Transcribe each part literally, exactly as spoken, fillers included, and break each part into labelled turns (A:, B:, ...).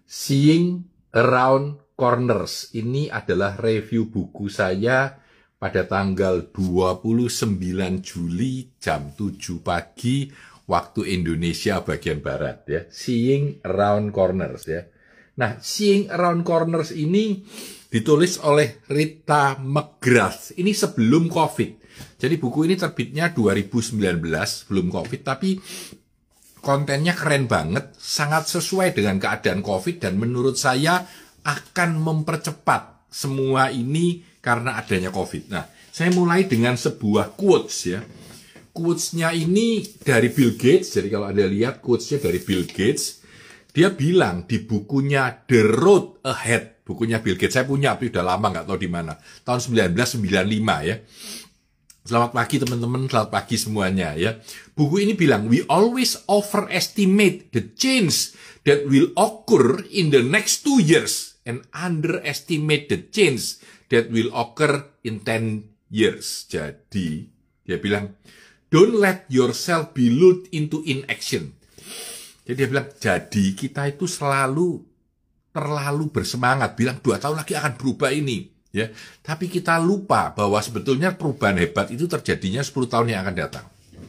A: Seeing Around Corners. Ini adalah review buku saya pada tanggal dua puluh sembilan Juli jam tujuh pagi waktu Indonesia bagian Barat ya. Seeing Around Corners ya. Nah, Seeing Around Corners ini ditulis oleh Rita McGrath. Ini sebelum COVID. Jadi buku ini terbitnya dua ribu sembilan belas, sebelum COVID, tapi kontennya keren banget, sangat sesuai dengan keadaan COVID, dan menurut saya akan mempercepat semua ini karena adanya COVID. Nah, saya mulai dengan sebuah quotes ya. Quotes-nya ini dari Bill Gates, jadi kalau Anda lihat quotes-nya dari Bill Gates, dia bilang di bukunya The Road Ahead, bukunya Bill Gates, saya punya, tapi udah lama nggak tahu di mana, tahun seribu sembilan ratus sembilan puluh lima ya. Selamat pagi teman-teman, selamat pagi semuanya ya. Buku ini bilang, we always overestimate the change that will occur in the next two years and underestimate the change that will occur in ten years. Jadi, dia bilang, don't let yourself be lulled into inaction. Jadi dia bilang, jadi kita itu selalu terlalu bersemangat, bilang dua tahun lagi akan berubah ini. Ya, tapi kita lupa bahwa sebetulnya perubahan hebat itu terjadinya sepuluh tahun yang akan datang.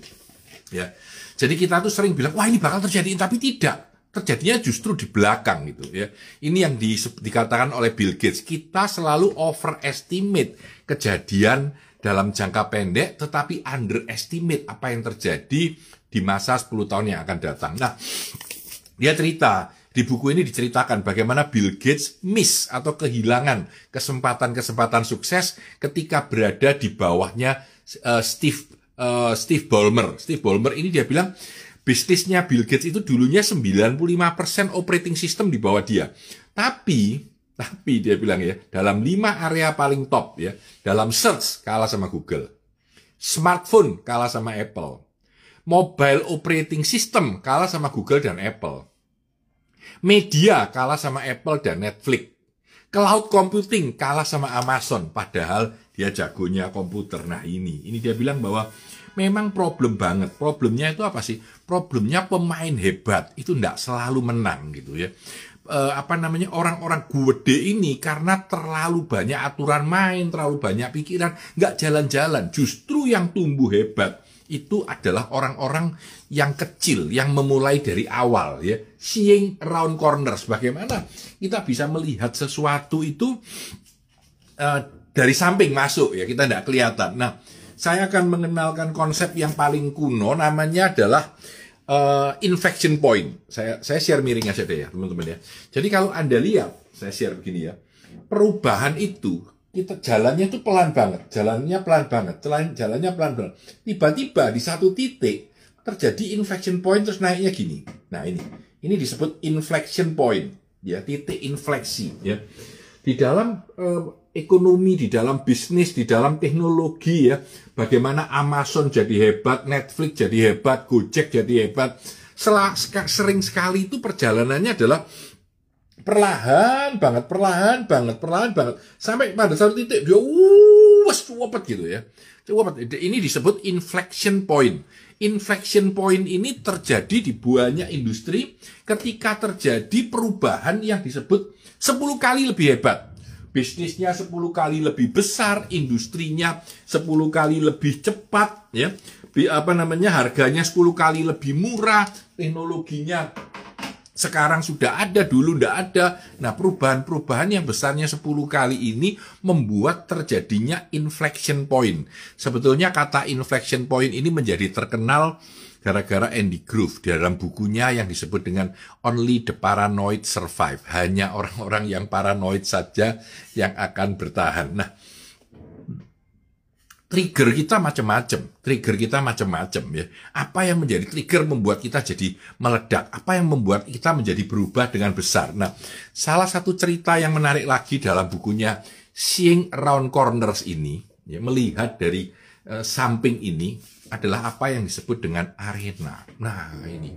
A: Ya, jadi kita tuh sering bilang, wah ini bakal terjadi, tapi tidak. Terjadinya justru di belakang gitu ya. Ini yang di, dikatakan oleh Bill Gates, kita selalu overestimate kejadian dalam jangka pendek, tetapi underestimate apa yang terjadi di masa sepuluh tahun yang akan datang. Nah, dia cerita, di buku ini diceritakan bagaimana Bill Gates miss atau kehilangan kesempatan-kesempatan sukses ketika berada di bawahnya uh, Steve uh, Steve Ballmer. Steve Ballmer ini dia bilang bisnisnya Bill Gates itu dulunya sembilan puluh lima persen operating system di bawah dia. Tapi tapi dia bilang ya, dalam lima area paling top ya, dalam search kalah sama Google. Smartphone kalah sama Apple. Mobile operating system kalah sama Google dan Apple. Media kalah sama Apple dan Netflix. Cloud computing kalah sama Amazon. Padahal dia jagonya komputer. Nah ini, ini dia bilang bahwa memang problem banget. Problemnya itu apa sih? Problemnya pemain hebat itu tidak selalu menang gitu ya. E, apa namanya, orang-orang gede ini karena terlalu banyak aturan main, terlalu banyak pikiran, nggak jalan-jalan. Justru yang tumbuh hebat itu adalah orang-orang yang kecil, yang memulai dari awal ya. Seeing around corners, bagaimana kita bisa melihat sesuatu itu uh, dari samping masuk ya, kita tidak kelihatan. Nah, saya akan mengenalkan konsep yang paling kuno, namanya adalah uh, inflection point. Saya saya share miring aja deh ya teman-teman ya. Jadi kalau Anda lihat, saya share begini ya, perubahan itu kita jalannya itu pelan banget, jalannya pelan banget, jalannya pelan banget. Tiba-tiba di satu titik terjadi inflection point, terus naiknya gini. Nah ini, ini disebut inflection point, ya, titik infleksi. Ya, di dalam eh, ekonomi, di dalam bisnis, di dalam teknologi ya, bagaimana Amazon jadi hebat, Netflix jadi hebat, Gojek jadi hebat. Selang, sering sekali itu perjalanannya adalah perlahan banget, perlahan banget, perlahan banget, sampai pada satu titik dia wuh, cepet gitu ya. Cepet. Ini disebut inflection point. Inflection point ini terjadi di banyak industri ketika terjadi perubahan yang disebut sepuluh kali lebih hebat. Bisnisnya sepuluh kali lebih besar, industrinya sepuluh kali lebih cepat, ya. Apa namanya, harganya sepuluh kali lebih murah, teknologinya sekarang sudah ada, dulu tidak ada. Nah, perubahan-perubahan yang besarnya sepuluh kali ini membuat terjadinya inflection point. Sebetulnya kata inflection point ini menjadi terkenal gara-gara Andy Grove di dalam bukunya yang disebut dengan Only the Paranoid Survive. Hanya orang-orang yang paranoid saja yang akan bertahan. Nah, trigger kita macam-macam, trigger kita macam-macam ya. Apa yang menjadi trigger membuat kita jadi meledak? Apa yang membuat kita menjadi berubah dengan besar? Nah, salah satu cerita yang menarik lagi dalam bukunya Seeing Around Corners ini, ya, melihat dari uh, samping ini adalah apa yang disebut dengan arena. Nah, ini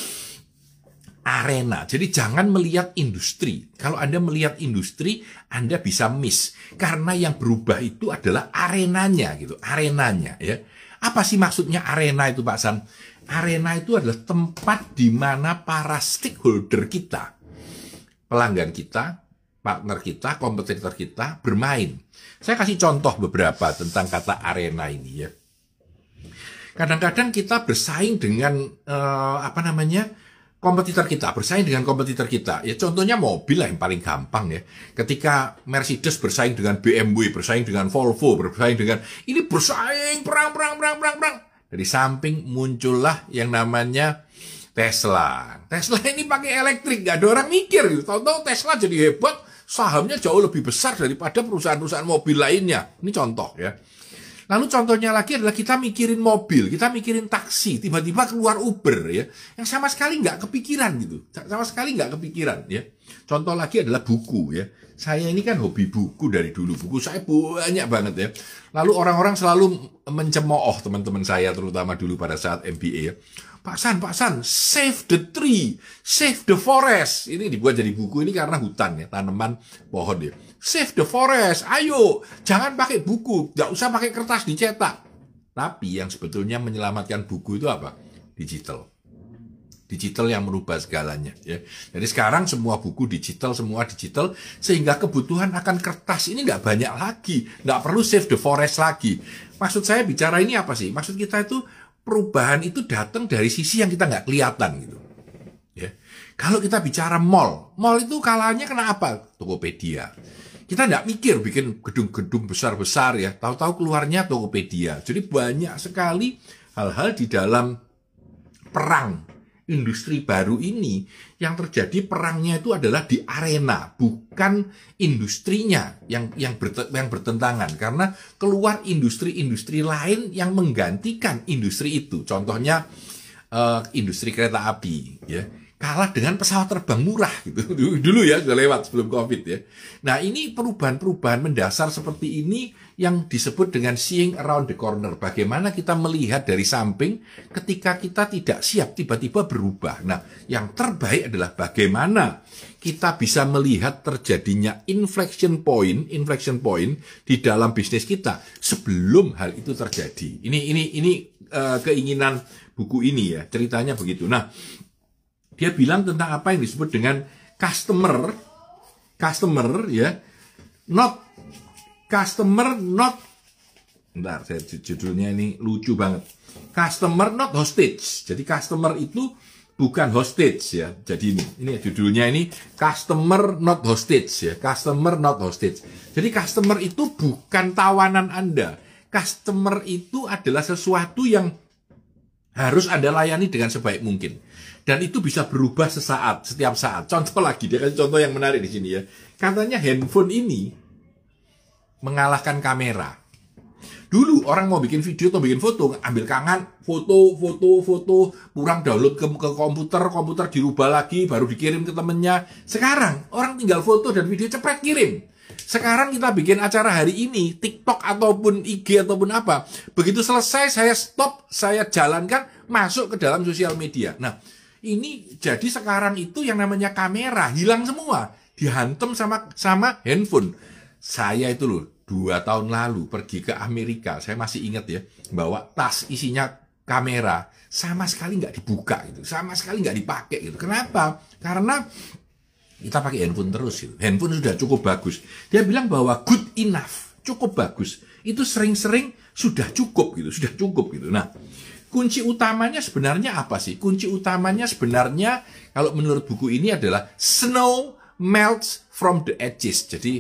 A: arena. Jadi jangan melihat industri. Kalau Anda melihat industri, Anda bisa miss. Karena yang berubah itu adalah arenanya gitu, arenanya ya. Apa sih maksudnya arena itu, Pak San? Arena itu adalah tempat di mana para stakeholder kita pelanggan kita, partner kita, kompetitor kita bermain. Saya kasih contoh beberapa tentang kata arena ini ya. Kadang-kadang kita bersaing dengan uh, apa namanya kompetitor kita, bersaing dengan kompetitor kita. Ya contohnya mobil lah yang paling gampang ya. Ketika Mercedes bersaing dengan B M W, bersaing dengan Volvo, bersaing dengan ini bersaing perang perang perang perang perang. Dari samping muncullah yang namanya Tesla. Tesla ini pakai elektrik, gak ada orang mikir gitu. Tahu-tahu Tesla jadi hebat, sahamnya jauh lebih besar daripada perusahaan-perusahaan mobil lainnya. Ini contoh ya. Lalu contohnya lagi adalah kita mikirin mobil, kita mikirin taksi, tiba-tiba keluar Uber ya, yang sama sekali nggak kepikiran gitu, sama sekali nggak kepikiran ya. Contoh lagi adalah buku ya. Saya ini kan hobi buku dari dulu, buku saya banyak banget ya. Lalu orang-orang selalu mencemooh teman-teman saya, terutama dulu pada saat M B A ya. Pak San, Pak San, save the tree, save the forest. Ini dibuat jadi buku ini karena hutan ya, tanaman pohon ya. Save the forest, ayo, jangan pakai buku, nggak usah pakai kertas dicetak. Tapi yang sebetulnya menyelamatkan buku itu apa? Digital. Digital yang merubah segalanya. Ya. Jadi sekarang semua buku digital, semua digital, sehingga kebutuhan akan kertas ini nggak banyak lagi, nggak perlu save the forest lagi. Maksud saya bicara ini apa sih? Maksud kita itu perubahan itu datang dari sisi yang kita nggak kelihatan gitu. Ya. Kalau kita bicara mall, mall itu kalanya kena apa? Tokopedia. Kita nggak mikir bikin gedung-gedung besar-besar ya, tahu-tahu keluarnya Tokopedia. Jadi banyak sekali hal-hal di dalam perang industri baru ini yang terjadi perangnya itu adalah di arena, bukan industrinya yang yang, bert, yang bertentangan. Karena keluar industri-industri lain yang menggantikan industri itu. Contohnya uh, industri kereta api ya. Kalah dengan pesawat terbang murah gitu. Dulu ya, sudah lewat sebelum Covid ya. Nah, ini perubahan-perubahan mendasar seperti ini yang disebut dengan seeing around the corner. Bagaimana kita melihat dari samping ketika kita tidak siap tiba-tiba berubah. Nah, yang terbaik adalah bagaimana kita bisa melihat terjadinya inflection point, inflection point di dalam bisnis kita sebelum hal itu terjadi. Ini ini ini uh, keinginan buku ini ya, ceritanya begitu. Nah, dia bilang tentang apa yang disebut dengan customer, customer ya, not customer not, bentar, saya judulnya ini lucu banget, customer not hostage. Jadi customer itu bukan hostage ya. Jadi ini, ini judulnya ini customer not hostage ya, customer not hostage. Jadi customer itu bukan tawanan Anda. Customer itu adalah sesuatu yang harus Anda layani dengan sebaik mungkin. Dan itu bisa berubah sesaat, setiap saat. Contoh lagi, dia kasih contoh yang menarik di sini ya. Katanya handphone ini mengalahkan kamera. Dulu orang mau bikin video atau bikin foto, ambil kangen, foto, foto, foto, kurang download ke, ke komputer, komputer dirubah lagi, baru dikirim ke temennya. Sekarang orang tinggal foto dan video cepat kirim. Sekarang kita bikin acara hari ini, TikTok ataupun I G ataupun apa. Begitu selesai, saya stop, saya jalankan, masuk ke dalam sosial media. Nah, ini jadi sekarang itu yang namanya kamera hilang semua, dihantam sama sama handphone. Saya itu loh dua tahun lalu pergi ke Amerika, saya masih ingat ya, bawa tas isinya kamera, sama sekali nggak dibuka gitu, sama sekali nggak dipakai gitu. Kenapa? Karena kita pakai handphone terus gitu. Handphone sudah cukup bagus. Dia bilang bahwa good enough, cukup bagus. Itu sering-sering sudah cukup gitu, sudah cukup gitu. Nah, kunci utamanya sebenarnya apa sih? Kunci utamanya sebenarnya kalau menurut buku ini adalah snow melts from the edges. Jadi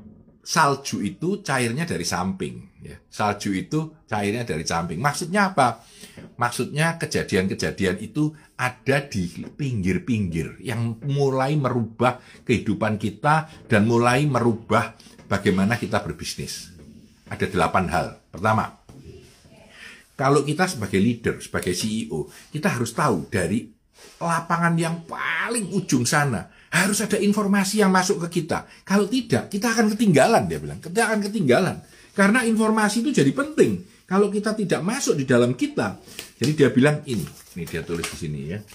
A: salju itu cairnya dari samping. Ya. Salju itu cairnya dari samping. Maksudnya apa? Maksudnya kejadian-kejadian itu ada di pinggir-pinggir yang mulai merubah kehidupan kita dan mulai merubah bagaimana kita berbisnis. Ada delapan hal. Pertama, kalau kita sebagai leader, sebagai C E O, kita harus tahu dari lapangan yang paling ujung sana, harus ada informasi yang masuk ke kita. Kalau tidak, kita akan ketinggalan, dia bilang. Kita akan ketinggalan. Karena informasi itu jadi penting. Kalau kita tidak masuk di dalam kita, jadi dia bilang ini. Ini dia tulis di sini ya.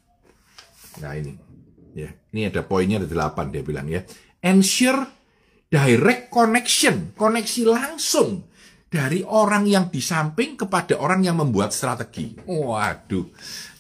A: Nah ini. Ya, ini ada poinnya ada delapan, dia bilang ya. Ensure direct connection. Koneksi langsung dari orang yang di samping kepada orang yang membuat strategi. Waduh.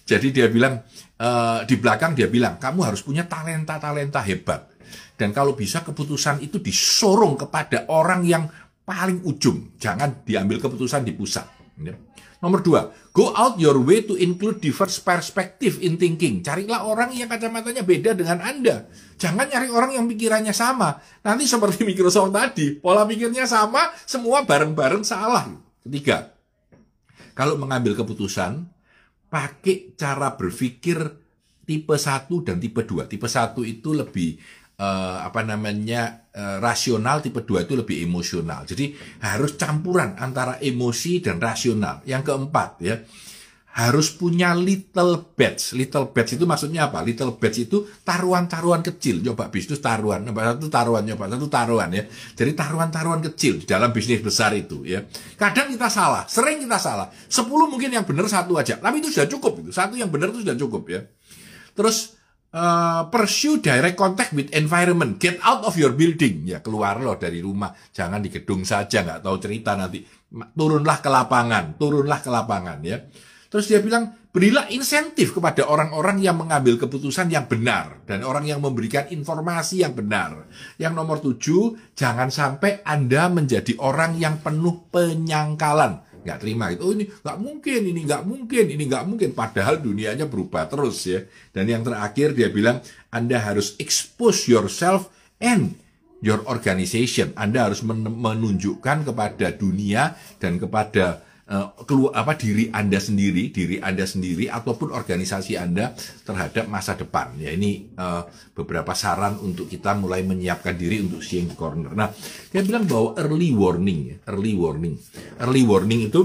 A: Jadi dia bilang, uh, di belakang dia bilang, kamu harus punya talenta-talenta hebat. Dan kalau bisa keputusan itu disorong kepada orang yang paling ujung. Jangan diambil keputusan di pusat. Ya. Nomor dua, go out your way to include diverse perspective in thinking. Carilah orang yang kacamatanya beda dengan Anda. Jangan nyari orang yang pikirannya sama. Nanti seperti Microsoft tadi, pola pikirnya sama, semua bareng-bareng salah. Ketiga, kalau mengambil keputusan, pakai cara berpikir tipe satu dan tipe dua. Tipe satu itu lebih Uh, apa namanya uh, rasional, tipe dua itu lebih emosional. Jadi harus campuran antara emosi dan rasional. Yang keempat ya, harus punya little bets. Little bets itu maksudnya apa? Little bets itu taruhan-taruhan kecil. Coba bisnis taruhan, coba satu taruhan, coba satu taruhan ya. Jadi taruhan-taruhan kecil di dalam bisnis besar itu ya. Kadang kita salah, sering kita salah. sepuluh mungkin yang benar, satu aja. Tapi itu sudah cukup itu. Satu yang benar itu sudah cukup ya. Terus Uh, pursue direct contact with environment. Get out of your building. Ya keluar loh dari rumah. Jangan di gedung saja, nggak tahu cerita nanti. Turunlah ke lapangan, turunlah ke lapangan ya. Terus dia bilang, berilah insentif kepada orang-orang yang mengambil keputusan yang benar dan orang yang memberikan informasi yang benar. Yang nomor tujuh, jangan sampai Anda menjadi orang yang penuh penyangkalan. Nggak terima itu, oh ini nggak mungkin, ini nggak mungkin, ini nggak mungkin. Padahal dunianya berubah terus ya. Dan yang terakhir dia bilang, Anda harus expose yourself and your organization. Anda harus menunjukkan kepada dunia dan kepada uh, keluar apa diri Anda sendiri, diri Anda sendiri ataupun organisasi Anda terhadap masa depan. Ya ini uh, beberapa saran untuk kita mulai menyiapkan diri untuk seeing the corner. Nah, dia bilang bahwa early warning, ya, early warning, early warning itu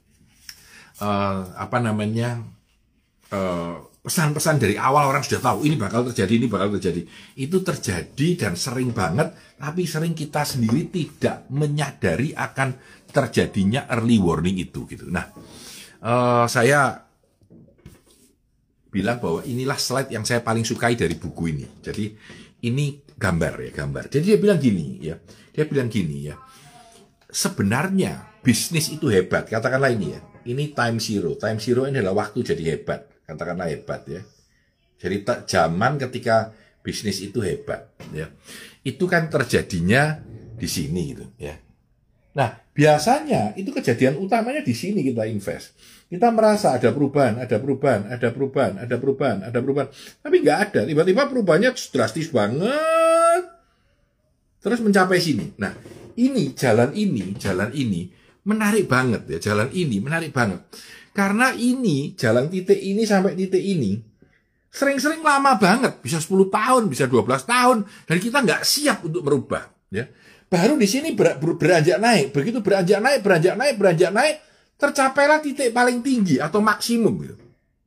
A: uh, apa namanya uh, pesan-pesan dari awal orang sudah tahu ini bakal terjadi, ini bakal terjadi. Itu terjadi dan sering banget, tapi sering kita sendiri tidak menyadari akan terjadinya early warning itu gitu. Nah, uh, saya bilang bahwa inilah slide yang saya paling sukai dari buku ini. Jadi ini gambar ya, gambar. Jadi dia bilang gini ya. Dia bilang gini ya. Sebenarnya bisnis itu hebat. Katakanlah ini ya. Ini time zero. Time zero ini adalah waktu jadi hebat. Katakanlah hebat ya. Jadi zaman ketika bisnis itu hebat ya. Itu kan terjadinya di sini gitu ya. Nah, biasanya itu kejadian utamanya di sini kita invest. Kita merasa ada perubahan, ada perubahan, ada perubahan, ada perubahan, ada perubahan. Tapi nggak ada. Tiba-tiba perubahannya drastis banget. Terus mencapai sini. Nah, ini, jalan ini, jalan ini menarik banget ya. Jalan ini menarik banget. Karena ini, jalan titik ini sampai titik ini, sering-sering lama banget. Bisa sepuluh tahun, bisa dua belas tahun. Dan kita nggak siap untuk merubah. Ya. Baru di sini ber, ber, beranjak naik. Begitu beranjak naik, beranjak naik, beranjak naik, tercapailah titik paling tinggi atau maksimum. Gitu.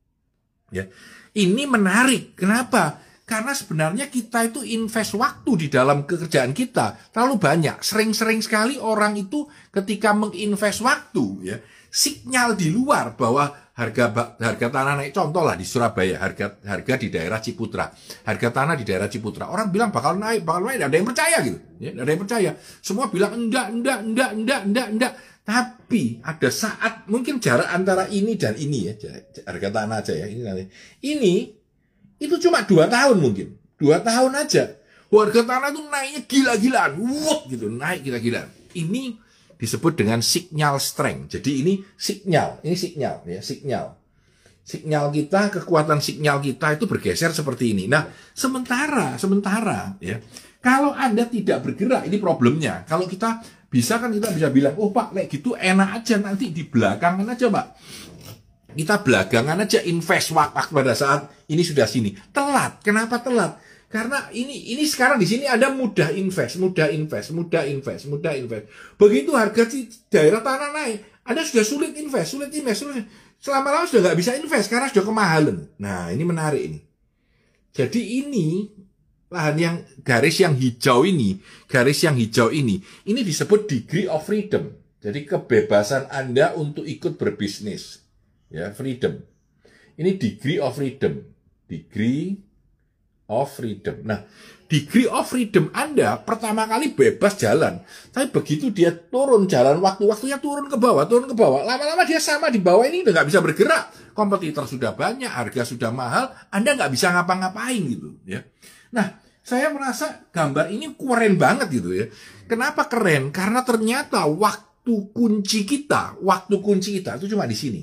A: Ya. Ini menarik. Kenapa? Karena sebenarnya kita itu invest waktu di dalam pekerjaan kita terlalu banyak. Sering-sering sekali orang itu ketika menginvest waktu, ya, sinyal di luar bahwa harga harga tanah naik. Contoh lah di Surabaya, harga harga di daerah Ciputra, harga tanah di daerah Ciputra. Orang bilang bakal naik, bakal naik. Ada yang percaya gitu, ya, ada yang percaya. Semua bilang enggak, enggak, enggak, enggak, enggak, enggak. Tapi ada saat mungkin jarak antara ini dan ini ya, harga tanah aja ya, ini nanti. Ini itu cuma dua tahun mungkin, dua tahun aja. Harga tanah itu naiknya gila-gilaan, wuh gitu, naik gila-gilaan. Ini disebut dengan signal strength. Jadi ini sinyal, ini sinyal ya, sinyal. Sinyal kita, kekuatan sinyal kita itu bergeser seperti ini. Nah, sementara, sementara ya, kalau Anda tidak bergerak, ini problemnya. Kalau kita bisa kan kita bisa bilang, oh Pak, kayak gitu enak aja, nanti di belakangan aja Pak. Kita belakangan aja invest waktu pada saat ini sudah sini. Telat. Kenapa telat? Karena ini ini sekarang di sini ada mudah invest, mudah invest, mudah invest, mudah invest. Begitu harga di daerah tanah naik, Anda sudah sulit invest, sulit invest, sulit. Selama-lama sudah nggak bisa invest karena sudah kemahalan. Nah, ini menarik ini. Jadi ini lahan yang garis yang hijau ini, garis yang hijau ini, ini disebut degree of freedom. Jadi kebebasan Anda untuk ikut berbisnis. Ya, freedom. Ini degree of freedom. Degree of freedom. Nah, degree of freedom Anda pertama kali bebas jalan. Tapi begitu dia turun jalan, waktu-waktunya turun ke bawah, turun ke bawah. Lama-lama dia sama di bawah ini udah nggak bisa bergerak. kompetitor sudah banyak, harga sudah mahal, Anda nggak bisa ngapa-ngapain gitu ya. Nah, saya merasa gambar ini keren banget gitu ya. Kenapa keren? Karena ternyata waktu kunci kita, waktu kunci kita itu cuma di sini.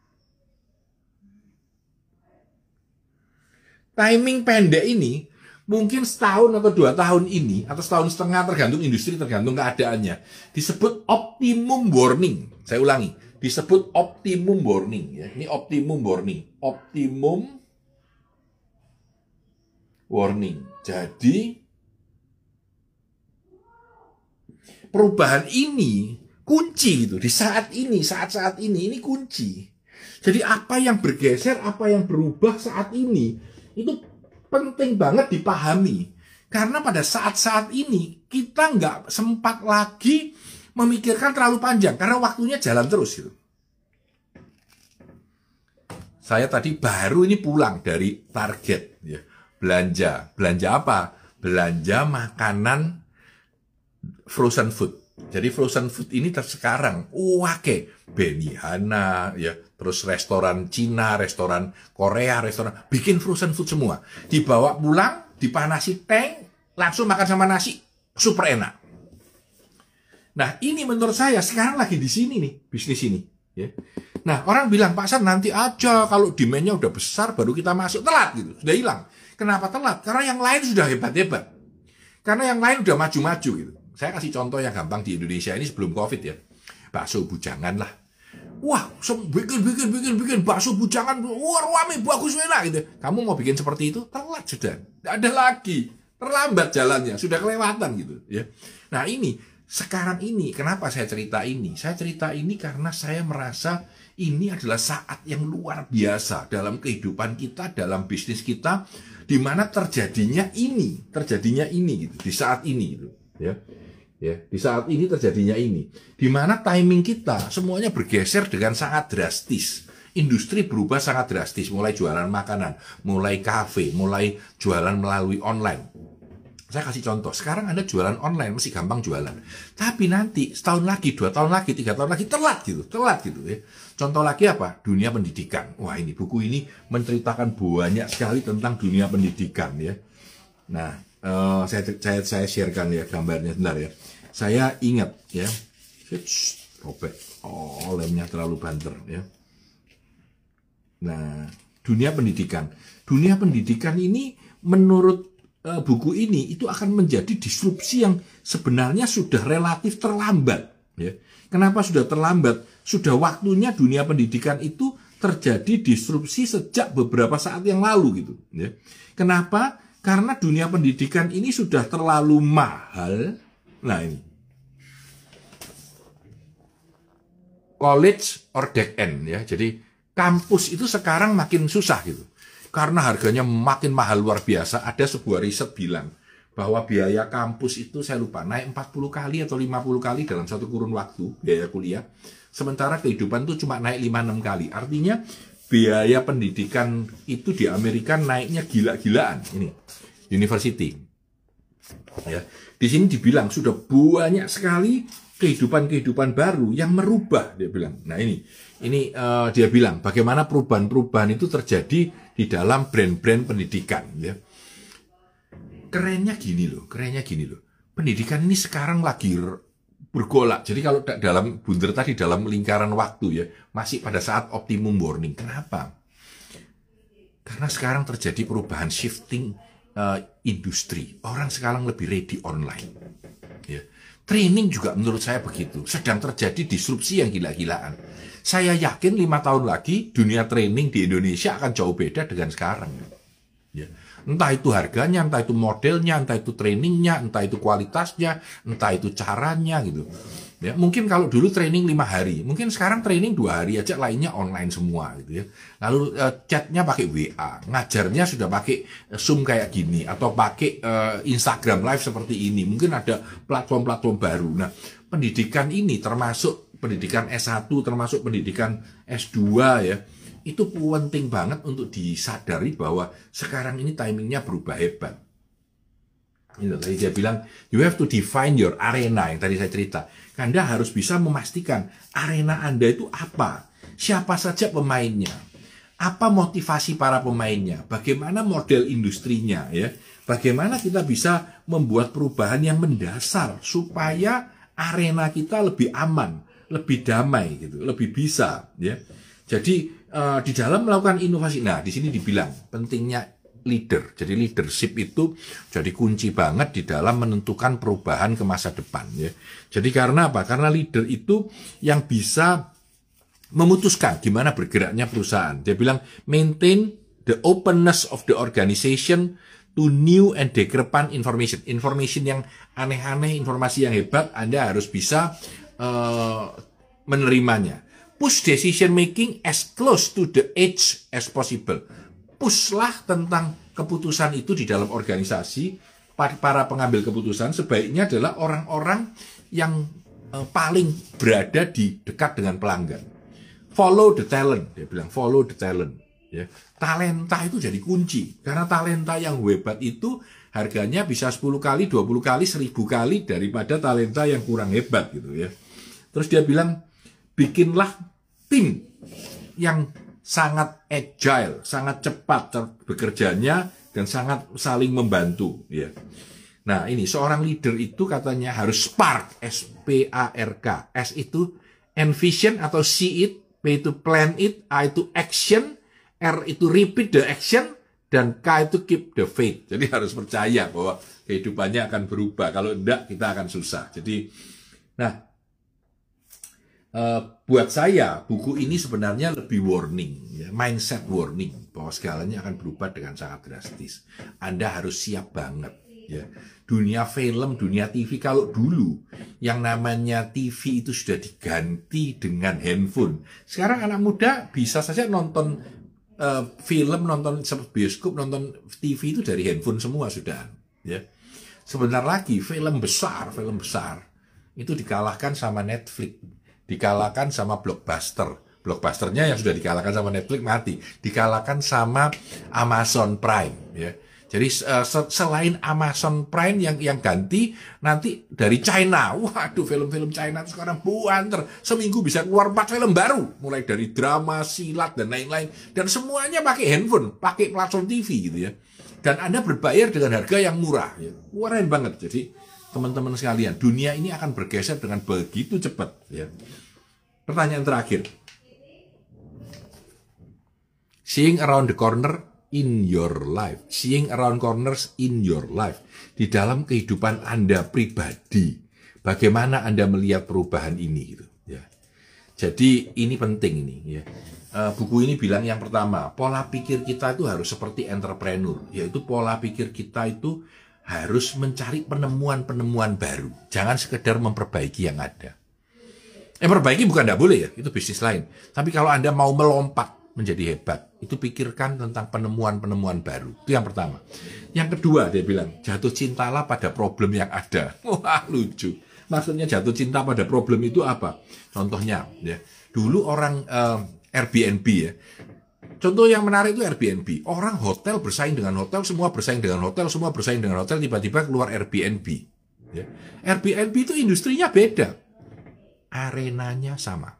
A: Timing pendek ini mungkin setahun atau dua tahun ini, atau setahun setengah tergantung industri, tergantung keadaannya, disebut optimum warning. Saya ulangi, disebut optimum warning ya. Ini optimum warning, optimum warning. Jadi perubahan ini kunci gitu di saat ini, saat-saat ini ini kunci. Jadi apa yang bergeser, apa yang berubah saat ini itu penting banget dipahami. Karena pada saat-saat ini kita nggak sempat lagi memikirkan terlalu panjang karena waktunya jalan terus gitu. Saya tadi baru ini pulang dari Target ya. Belanja, belanja apa? Belanja makanan frozen food. Jadi frozen food ini sekarang wake Benihana ya, terus restoran Cina, restoran Korea, restoran bikin frozen food semua. Dibawa pulang, dipanasi tank, langsung makan sama nasi, super enak. Nah, ini menurut saya sekarang lagi di sini nih, bisnis ini ya. Nah, orang bilang, "Pak San, nanti aja kalau demand-nya udah besar baru kita masuk." Telat gitu, sudah hilang. Kenapa telat? Karena yang lain sudah hebat-hebat. Karena yang lain udah maju-maju gitu. Saya kasih contoh yang gampang di Indonesia ini sebelum Covid ya. Bakso bujangan lah. Wah, bikin, bikin, bikin, bikin bakso bujangan. Wah, rame, bagus, enak gitu. Kamu mau bikin seperti itu? Telat sudah. Tidak ada lagi. Terlambat jalannya. Sudah kelewatan gitu ya. Nah ini, sekarang ini, kenapa saya cerita ini? Saya cerita ini karena saya merasa ini adalah saat yang luar biasa dalam kehidupan kita, dalam bisnis kita, di mana terjadinya ini, terjadinya ini gitu, di saat ini gitu, ya. Ya, di saat ini terjadinya ini, di mana timing kita semuanya bergeser dengan sangat drastis. Industri berubah sangat drastis, mulai jualan makanan, mulai kafe, mulai jualan melalui online. Saya kasih contoh, sekarang Anda jualan online masih gampang jualan, tapi nanti setahun lagi, dua tahun lagi, tiga tahun lagi telat gitu, telat gitu ya. Contoh lagi apa? Dunia pendidikan. Wah, ini buku ini menceritakan banyak sekali tentang dunia pendidikan ya. Nah, uh, saya saya saya sharekan ya gambarnya sebentar ya. Saya ingat ya, robek, oh lemnya terlalu banter ya. Nah, dunia pendidikan, dunia pendidikan ini menurut uh, buku ini itu akan menjadi disrupsi yang sebenarnya sudah relatif terlambat. Ya. Kenapa sudah terlambat? Sudah waktunya dunia pendidikan itu terjadi disrupsi sejak beberapa saat yang lalu gitu. Ya. Kenapa? Karena dunia pendidikan ini sudah terlalu mahal. Nah ini, college or dead end ya. Jadi kampus itu sekarang makin susah gitu. Karena harganya makin mahal luar biasa. Ada sebuah riset bilang bahwa biaya kampus itu saya lupa naik empat puluh kali atau lima puluh kali dalam satu kurun waktu biaya kuliah. Sementara kehidupan itu cuma naik lima enam kali. Artinya biaya pendidikan itu di Amerika naiknya gila-gilaan. Ini university. Ya. Di sini dibilang sudah banyak sekali kehidupan-kehidupan baru yang merubah, dia bilang. Nah ini, ini uh, dia bilang bagaimana perubahan-perubahan itu terjadi di dalam brand-brand pendidikan. Ya. Kerennya gini loh, kerennya gini loh. Pendidikan ini sekarang lagi bergolak. Jadi kalau dalam bunder tadi dalam lingkaran waktu ya masih pada saat optimum warning. Kenapa? Karena sekarang terjadi perubahan shifting uh, industri. Orang sekarang lebih ready online. Ya. Training juga menurut saya begitu. Sedang terjadi disrupsi yang gila-gilaan. Saya yakin lima tahun lagi dunia training di Indonesia akan jauh beda dengan sekarang. Ya. Entah itu harganya, entah itu modelnya, entah itu trainingnya, entah itu kualitasnya, entah itu caranya gitu. Ya, mungkin kalau dulu training lima hari, mungkin sekarang training dua hari aja, lainnya online semua gitu ya. Lalu uh, chatnya pakai W A, ngajarnya sudah pakai Zoom kayak gini, atau pakai uh, Instagram Live seperti ini. Mungkin ada platform-platform baru. Nah, pendidikan ini termasuk pendidikan S satu, termasuk pendidikan S dua ya. Itu penting banget untuk disadari bahwa sekarang ini timingnya berubah hebat. Ini tadi dia bilang, you have to define your arena, yang tadi saya cerita. Anda harus bisa memastikan arena Anda itu apa, siapa saja pemainnya, Apa motivasi para pemainnya? Bagaimana model industrinya ya? Bagaimana kita bisa membuat perubahan yang mendasar supaya arena kita lebih aman, lebih damai gitu, lebih bisa ya. Jadi uh, di dalam melakukan inovasi, nah di sini dibilang pentingnya leader. Jadi leadership itu jadi kunci banget di dalam menentukan perubahan ke masa depan ya. Jadi karena apa? Karena leader itu yang bisa memutuskan gimana bergeraknya perusahaan. Dia bilang maintain the openness of the organization to new and discrepant information. Information yang aneh-aneh, informasi yang hebat, Anda harus bisa uh, menerimanya. Push decision making as close to the edge as possible. Pushlah tentang keputusan itu di dalam organisasi. Para pengambil keputusan sebaiknya adalah orang-orang yang uh, paling berada di dekat dengan pelanggan. Follow the talent, dia bilang follow the talent. Ya. Talenta itu jadi kunci. Karena talenta yang hebat itu harganya bisa sepuluh kali, dua puluh kali, seribu kali daripada talenta yang kurang hebat gitu ya. Terus dia bilang, bikinlah tim yang sangat agile, sangat cepat bekerjanya dan sangat saling membantu ya. Nah, ini seorang leader itu katanya harus spark, S P A R K. S itu envision atau see it, P itu plan it, A itu action, R itu repeat the action, dan K itu keep the faith. Jadi harus percaya bahwa kehidupannya akan berubah. Kalau enggak, kita akan susah. Jadi, nah, uh, buat saya, buku ini sebenarnya lebih warning, ya, mindset warning, bahwa segalanya akan berubah dengan sangat drastis. Anda harus siap banget. Ya. Dunia film, dunia T V, kalau dulu yang namanya T V itu sudah diganti dengan handphone. Sekarang anak muda bisa saja nonton Uh, film, nonton bioskop, nonton T V itu dari handphone semua sudah ya. Sebentar lagi film besar, film besar itu dikalahkan sama Netflix, dikalahkan sama Blockbuster. Blockbusternya yang sudah dikalahkan sama Netflix mati, dikalahkan sama Amazon Prime ya. Jadi uh, selain Amazon Prime yang yang ganti nanti dari China. Waduh, film-film China sekarang buanter. Seminggu bisa keluar empat film baru, mulai dari drama, silat dan lain-lain, dan semuanya pakai handphone, pakai platform T V gitu ya. Dan Anda berbayar dengan harga yang murah ya. Keren banget. Jadi teman-teman sekalian, dunia ini akan bergeser dengan begitu cepat ya. Pertanyaan terakhir. Seeing around the corner in your life, seeing around corners in your life, di dalam kehidupan Anda pribadi, bagaimana Anda melihat perubahan ini gitu ya. Jadi ini penting ini ya. Uh, buku ini bilang yang pertama, pola pikir kita itu harus seperti entrepreneur, yaitu pola pikir kita itu harus mencari penemuan-penemuan baru, jangan sekedar memperbaiki yang ada. Eh, memperbaiki bukan tidak boleh ya, itu bisnis lain. Tapi kalau Anda mau melompat menjadi hebat, itu pikirkan tentang penemuan-penemuan baru. Itu yang pertama. Yang kedua, dia bilang, jatuh cintalah pada problem yang ada. Wah, lucu. Maksudnya jatuh cinta pada problem itu apa? Contohnya, ya, dulu orang uh, Airbnb ya. Contoh yang menarik itu Airbnb. Orang hotel bersaing dengan hotel, semua bersaing dengan hotel, semua bersaing dengan hotel, tiba-tiba keluar Airbnb. Ya. Airbnb itu industrinya beda. Arenanya sama.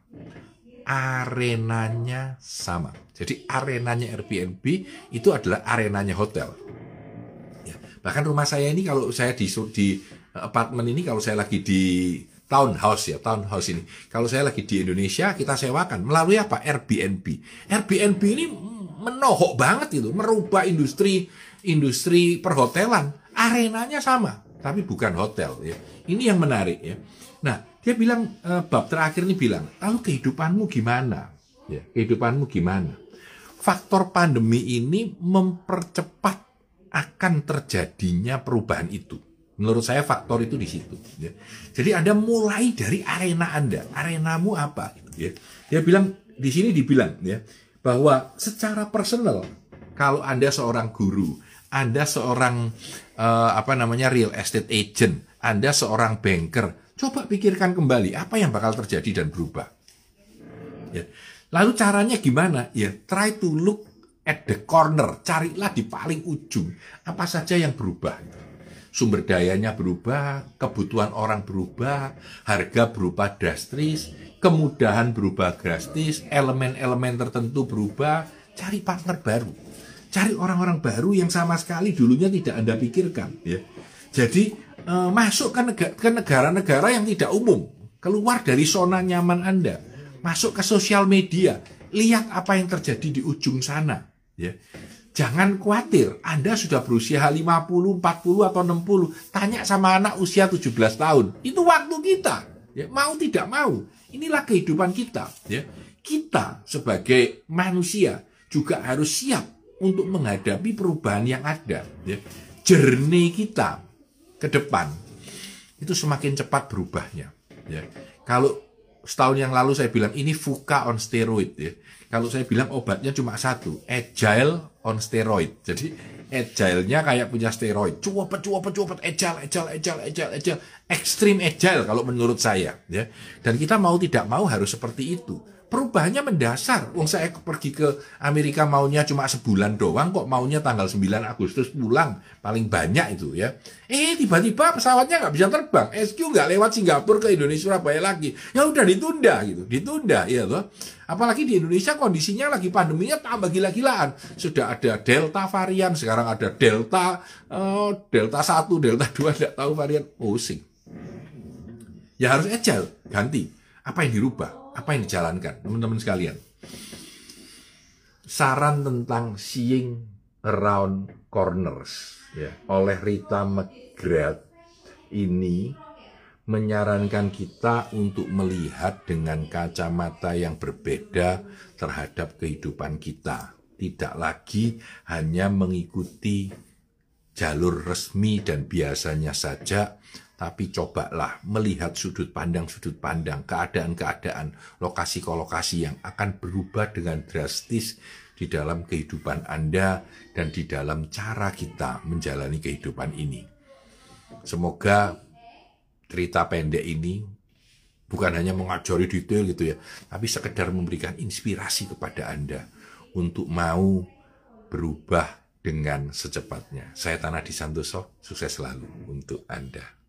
A: Arenanya sama. Jadi arenanya Airbnb itu adalah arenanya hotel. Ya. Bahkan rumah saya ini kalau saya di, di apartemen ini, kalau saya lagi di townhouse ya, townhouse ini. Kalau saya lagi di Indonesia, kita sewakan melalui apa? Airbnb. Airbnb ini menohok banget itu, merubah industri industri perhotelan. Arenanya sama, tapi bukan hotel ya. Ini yang menarik ya. Nah, dia bilang, eh, bab terakhir ini bilang, lalu kehidupanmu gimana? Ya, kehidupanmu gimana? Faktor pandemi ini mempercepat akan terjadinya perubahan itu. Menurut saya faktor itu di situ. Ya. Jadi Anda mulai dari arena Anda. Arenamu apa? Ya. Dia bilang, di sini dibilang ya, bahwa secara personal, kalau Anda seorang guru, Anda seorang eh, apa namanya real estate agent, Anda seorang banker, coba pikirkan kembali apa yang bakal terjadi dan berubah. Ya. Lalu caranya gimana? Ya, try to look at the corner. Carilah di paling ujung apa saja yang berubah. Sumber dayanya berubah, kebutuhan orang berubah, harga berubah drastis, kemudahan berubah drastis, elemen-elemen tertentu berubah, cari partner baru. Cari orang-orang baru yang sama sekali dulunya tidak Anda pikirkan. Ya. Jadi eh, masuk ke negara-negara yang tidak umum. Keluar dari zona nyaman Anda. Masuk ke sosial media. Lihat apa yang terjadi di ujung sana. Ya. Jangan khawatir, Anda sudah berusia lima puluh, empat puluh, atau enam puluh. Tanya sama anak usia tujuh belas tahun. Itu waktu kita. Ya. Mau tidak mau. Inilah kehidupan kita. Ya. Kita sebagai manusia juga harus siap untuk menghadapi perubahan yang ada. Ya. Journey kita ke depan itu semakin cepat berubahnya. Ya. Kalau setahun yang lalu saya bilang ini VUCA on steroid. Ya. Kalau saya bilang obatnya cuma satu, agile on steroid. Jadi agile-nya kayak punya steroid, cuapet, cuapet, cuapet, agile, agile, agile, agile, agile, extreme agile kalau menurut saya. Ya. Dan kita mau tidak mau harus seperti itu. Perubahannya mendasar. Wong saya pergi ke Amerika maunya cuma sebulan doang, kok maunya tanggal sembilan Agustus pulang. Paling banyak itu ya. Eh tiba-tiba pesawatnya nggak bisa terbang. S Q nggak lewat Singapura ke Indonesia Surabaya lagi. Ya udah ditunda gitu. Ditunda ya loh. Apalagi di Indonesia kondisinya lagi pandeminya tambah gila-gilaan. Sudah ada Delta varian, sekarang ada Delta uh, Delta satu, Delta dua, nggak tahu varian. Pusing. Ya harus agile, ganti. Apa yang dirubah? Apa yang dijalankan, teman-teman sekalian? Saran tentang seeing around corners ya, oleh Rita McGrath ini menyarankan kita untuk melihat dengan kacamata yang berbeda terhadap kehidupan kita. Tidak lagi hanya mengikuti jalur resmi dan biasanya saja, tapi cobalah melihat sudut pandang-sudut pandang, keadaan-keadaan, lokasi-lokasi yang akan berubah dengan drastis di dalam kehidupan Anda dan di dalam cara kita menjalani kehidupan ini. Semoga cerita pendek ini bukan hanya mengajari detail gitu ya, tapi sekedar memberikan inspirasi kepada Anda untuk mau berubah dengan secepatnya. Saya Tanah Di Santoso, sukses selalu untuk Anda.